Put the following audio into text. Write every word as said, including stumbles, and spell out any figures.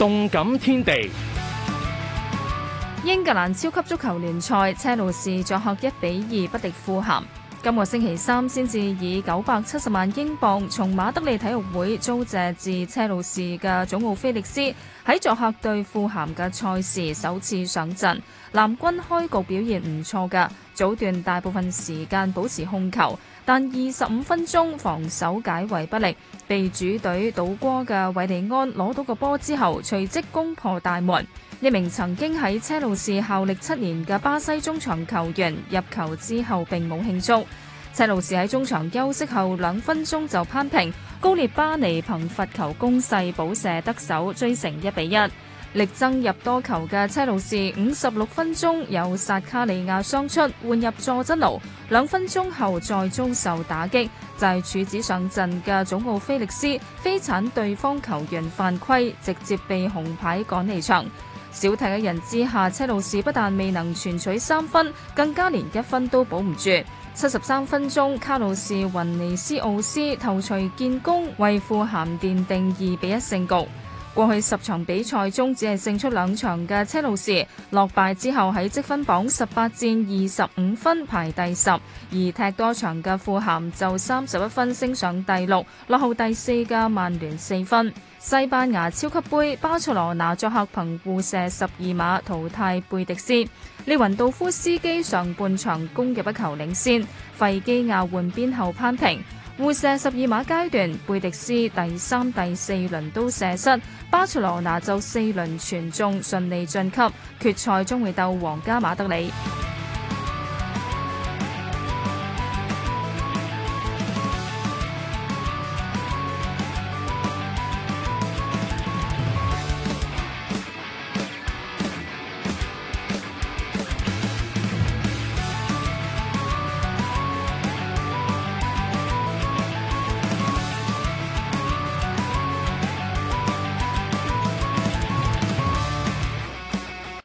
動感天地。 英格蘭超級足球聯賽，車路士作客一比二不敵富咸。今個星期三先至以九百七十萬英鎊從馬德里體育會租借至車路士嘅祖奧菲力斯喺作客對富咸嘅賽事首次上陣。藍軍開局表現唔錯㗎，早段大部分時間保持控球，但二十五分鐘防守解圍不力，被主隊倒戈嘅韋利安攞到個波之後，隨即攻破大門。一名曾經喺車路士效力七年嘅巴西中場球員入球之後並冇慶祝。車路士喺中場休息後兩分鐘就攀平，高列巴尼憑罰球攻勢補射得手，追成一比一。力爭入多球嘅車路士五十六分鐘有薩卡利亞傷出，換入佐真奴，兩分鐘後再遭受打擊，就係處子上陣嘅祖奧菲力斯飛鏟對方球員犯規，直接被紅牌趕離場。少踢嘅人之下，車路士不但未能全取三分，更加連一分都保唔住。七十三分鐘，卡路士雲尼斯奧斯頭槌建功，為富咸奠定二比一勝局。過去十場比賽中只係勝出兩場嘅車路士，落敗之後喺積分榜十八戰二十五分排第十，而踢多場嘅富咸就三十一分升上第六，落後第四嘅曼聯四分。西班牙超級杯，巴塞羅那作客憑互射十二碼淘汰貝迪斯，利雲道夫斯基上半場攻入一球領先，費基亞換邊後攀平。互射十二碼階段，貝迪斯第三、第四輪都射失，巴塞羅那就四輪全中，順利晉級，決賽將會鬥皇家馬德里。